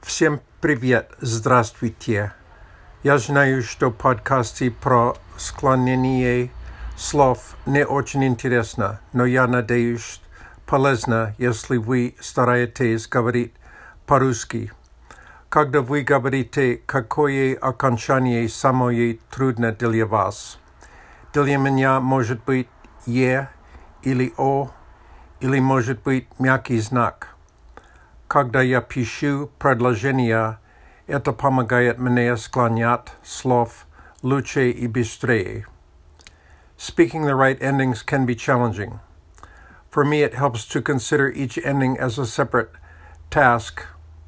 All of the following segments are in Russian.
Всем привет, здравствуйте. Я знаю, что подкасты про склонение слов не очень интересно, но я надеюсь, полезно, если вы стараетесь говорить по-русски. Когда вы говорите, какое окончание самое трудное для вас? Для меня может быть «е» или «о», или может быть мягкий знак. Когда я пишу предложения, это помогает мне склонять слов лучше и быстрее. Speaking the right endings can be challenging. For me, it helps to consider each ending as a separate task.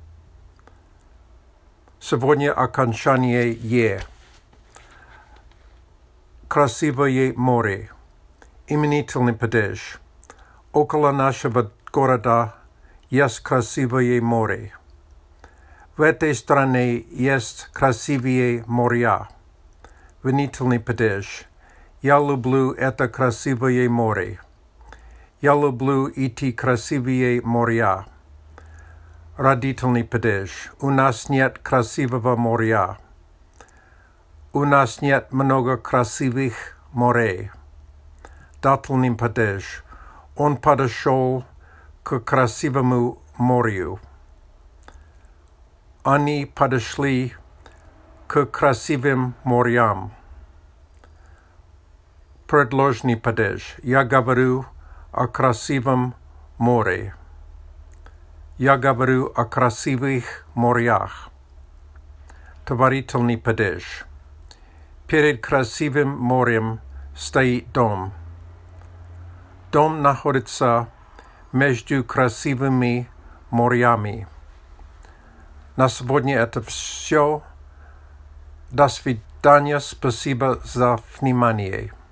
Сегодня окончание «е». Красивое море. Именительный падеж. Около нашего города есть красивое море. В этой стране есть красивые моря. Винительный падеж. Я люблю это красивое море. Я люблю эти красивые моря. Родительный падеж. У нас нет красивого моря. У нас нет много красивых морей. Дательный падеж. Он подошел к красивому морю. Они подошли к красивым морям. Предложный падеж. Я говорю о красивом море. Я говорю о красивых морях. Товарительный падеж. Перед красивым морем стоит дом. Дом находится между красивыми морями. На сегодня это все. До свидания. Спасибо за внимание.